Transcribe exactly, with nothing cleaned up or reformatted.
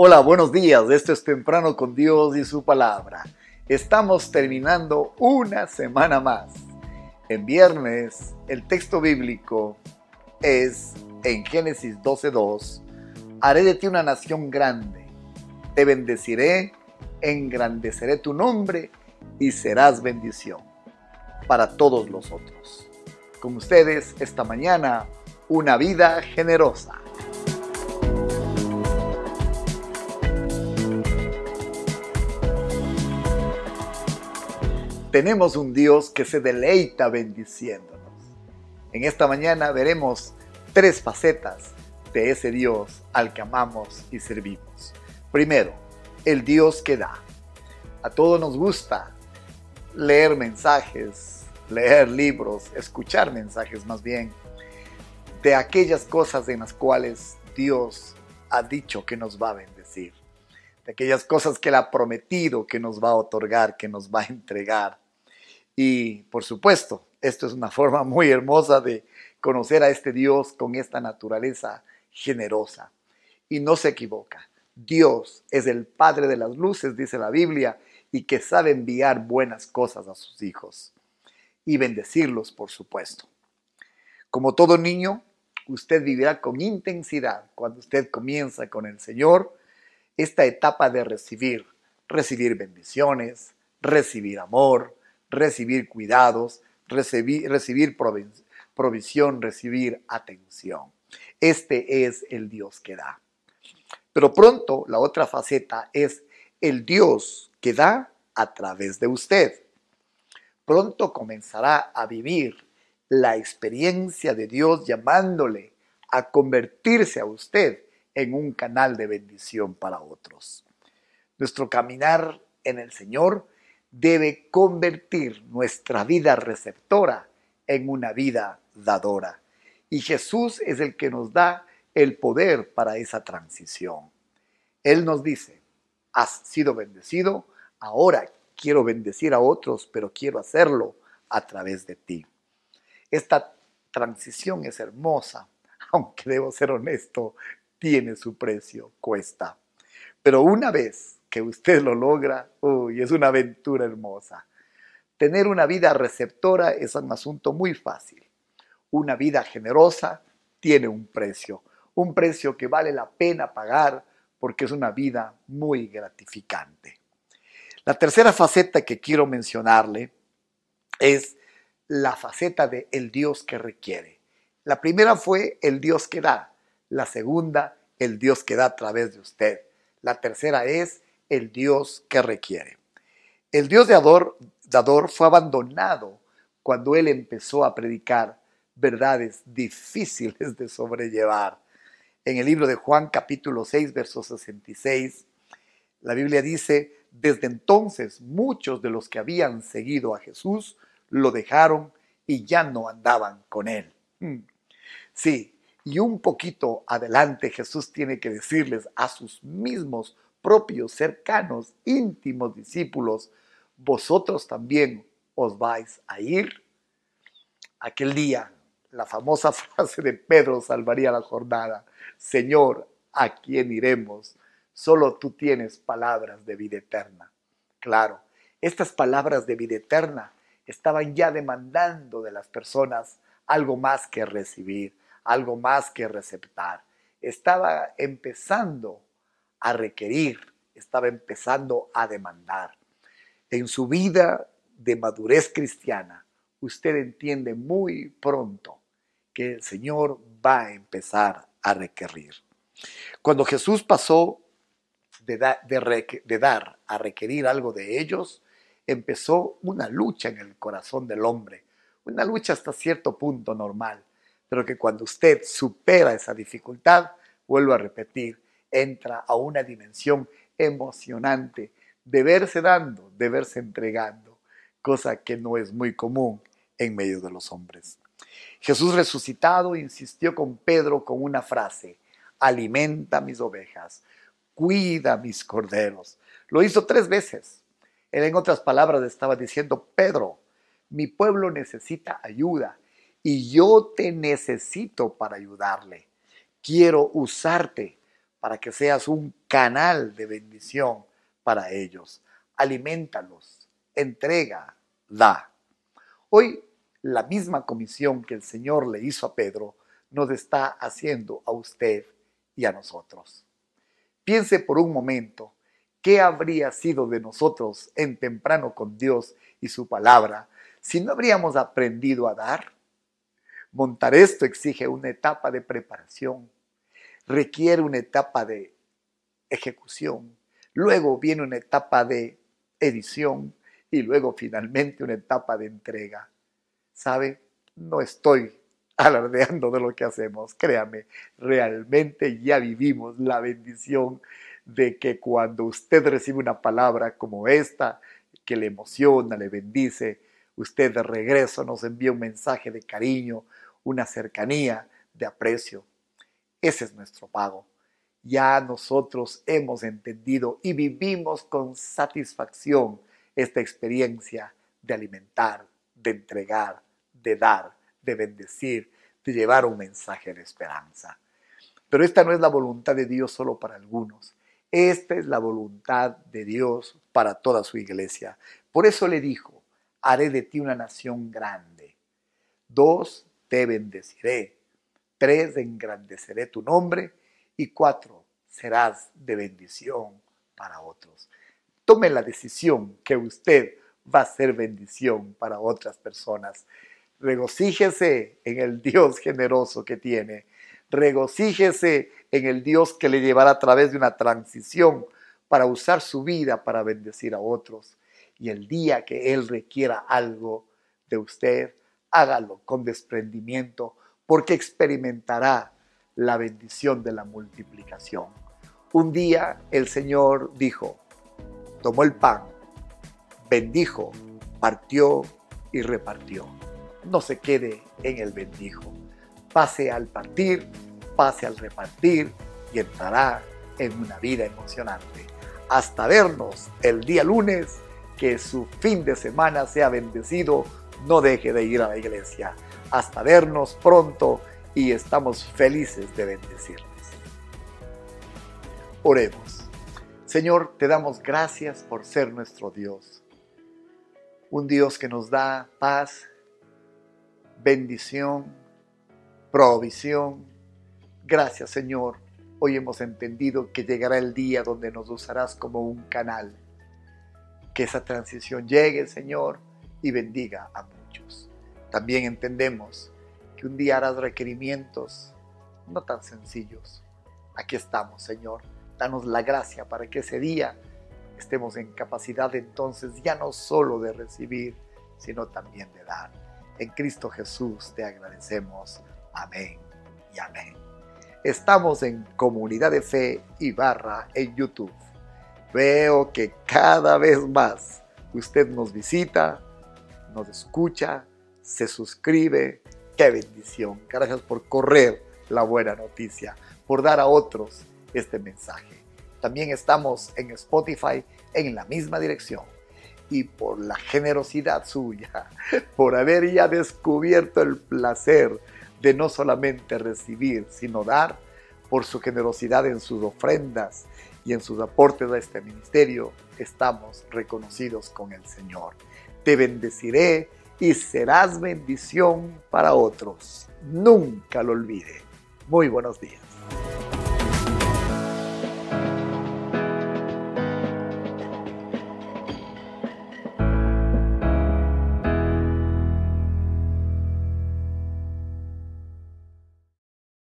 Hola, buenos días. Esto es Temprano con Dios y su palabra. Estamos terminando una semana más. En viernes, el texto bíblico es en Génesis doce dos. Haré de ti una nación grande. Te bendeciré, engrandeceré tu nombre y serás bendición para todos los otros. Con ustedes esta mañana, una vida generosa. Tenemos un Dios que se deleita bendiciéndonos. En esta mañana veremos tres facetas de ese Dios al que amamos y servimos. Primero, el Dios que da. A todos nos gusta leer mensajes, leer libros, escuchar mensajes más bien, de aquellas cosas en las cuales Dios ha dicho que nos va a bendecir, de aquellas cosas que Él ha prometido que nos va a otorgar, que nos va a entregar. Y por supuesto, esto es una forma muy hermosa de conocer a este Dios con esta naturaleza generosa. Y no se equivoca. Dios es el Padre de las luces, dice la Biblia, y que sabe enviar buenas cosas a sus hijos y bendecirlos, por supuesto. Como todo niño, usted vivirá con intensidad cuando usted comienza con el Señor esta etapa de recibir, recibir bendiciones, recibir amor, recibir cuidados, recibir, recibir provisión, recibir atención. Este es el Dios que da. Pero pronto la otra faceta es el Dios que da a través de usted. Pronto comenzará a vivir la experiencia de Dios llamándole a convertirse a usted en un canal de bendición para otros. Nuestro caminar en el Señor debe convertir nuestra vida receptora en una vida dadora. Y Jesús es el que nos da el poder para esa transición. Él nos dice, has sido bendecido, ahora quiero bendecir a otros, pero quiero hacerlo a través de ti. Esta transición es hermosa, aunque debo ser honesto, tiene su precio, cuesta. Pero una vez que usted lo logra, uy, es una aventura hermosa. Tener una vida receptora es un asunto muy fácil. Una vida generosa tiene un precio, un precio que vale la pena pagar porque es una vida muy gratificante. La tercera faceta que quiero mencionarle es la faceta de el Dios que requiere. La primera fue el Dios que da, la segunda, el Dios que da a través de usted. La tercera es el Dios que requiere. El Dios de Ador, dador fue abandonado cuando Él empezó a predicar verdades difíciles de sobrellevar. En el libro de Juan capítulo seis, verso sesenta y seis, la Biblia dice, desde entonces muchos de los que habían seguido a Jesús lo dejaron y ya no andaban con Él. Sí, y un poquito adelante Jesús tiene que decirles a sus mismos propios, cercanos, íntimos discípulos, vosotros también os vais a ir. Aquel día, la famosa frase de Pedro salvaría la jornada. Señor, ¿a quién iremos? Solo tú tienes palabras de vida eterna. Claro, estas palabras de vida eterna estaban ya demandando de las personas algo más que recibir, algo más que receptar. Estaba empezando a requerir, estaba empezando a demandar. En su vida de madurez cristiana, usted entiende muy pronto que el Señor va a empezar a requerir. Cuando Jesús pasó de, da, de, re, de dar a requerir algo de ellos, empezó una lucha en el corazón del hombre, una lucha hasta cierto punto normal, pero que cuando usted supera esa dificultad, vuelvo a repetir, entra a una dimensión emocionante de verse dando, de verse entregando, cosa que no es muy común en medio de los hombres. Jesús resucitado insistió con Pedro con una frase, alimenta mis ovejas, cuida mis corderos. Lo hizo tres veces. Él en otras palabras estaba diciendo, Pedro, mi pueblo necesita ayuda y yo te necesito para ayudarle. Quiero usarte para que seas un canal de bendición para ellos. Aliméntalos, entrega, da. Hoy la misma comisión que el Señor le hizo a Pedro nos está haciendo a usted y a nosotros. Piense por un momento qué habría sido de nosotros en temprano con Dios y su palabra si no habríamos aprendido a dar. Montar esto exige una etapa de preparación, requiere una etapa de ejecución, luego viene una etapa de edición y luego finalmente una etapa de entrega. ¿Sabe? No estoy alardeando de lo que hacemos, créame, realmente ya vivimos la bendición de que cuando usted recibe una palabra como esta, que le emociona, le bendice, usted de regreso nos envía un mensaje de cariño, una cercanía, de aprecio. Ese es nuestro pago. Ya nosotros hemos entendido y vivimos con satisfacción esta experiencia de alimentar, de entregar, de dar, de bendecir, de llevar un mensaje de esperanza. Pero esta no es la voluntad de Dios solo para algunos. Esta es la voluntad de Dios para toda su iglesia. Por eso le dijo, haré de ti una nación grande. Dos, te bendeciré. Tres, engrandeceré tu nombre. Y cuatro, serás de bendición para otros. Tome la decisión que usted va a ser bendición para otras personas. Regocíjese en el Dios generoso que tiene. Regocíjese en el Dios que le llevará a través de una transición para usar su vida para bendecir a otros. Y el día que Él requiera algo de usted, hágalo con desprendimiento, porque experimentará la bendición de la multiplicación. Un día el Señor dijo, tomó el pan, bendijo, partió y repartió. No se quede en el bendijo. Pase al partir, pase al repartir y entrará en una vida emocionante. Hasta vernos el día lunes, que su fin de semana sea bendecido. No deje de ir a la iglesia. Hasta vernos pronto y estamos felices de bendecirles. Oremos. Señor, te damos gracias por ser nuestro Dios. Un Dios que nos da paz, bendición, provisión. Gracias, Señor. Hoy hemos entendido que llegará el día donde nos usarás como un canal. Que esa transición llegue, Señor, y bendiga a muchos. También entendemos que un día harás requerimientos no tan sencillos. Aquí estamos, Señor. Danos la gracia para que ese día estemos en capacidad entonces ya no solo de recibir, sino también de dar. En Cristo Jesús te agradecemos. Amén y amén. Estamos en Comunidad de Fe Ibarra en YouTube. Veo que cada vez más usted nos visita, nos escucha, se suscribe. ¡Qué bendición! Gracias por correr la buena noticia, por dar a otros este mensaje. También estamos en Spotify en la misma dirección. Y por la generosidad suya, por haber ya descubierto el placer de no solamente recibir, sino dar, por su generosidad en sus ofrendas y en sus aportes a este ministerio, estamos reconocidos con el Señor. Te bendeciré y serás bendición para otros. Nunca lo olvide. Muy buenos días.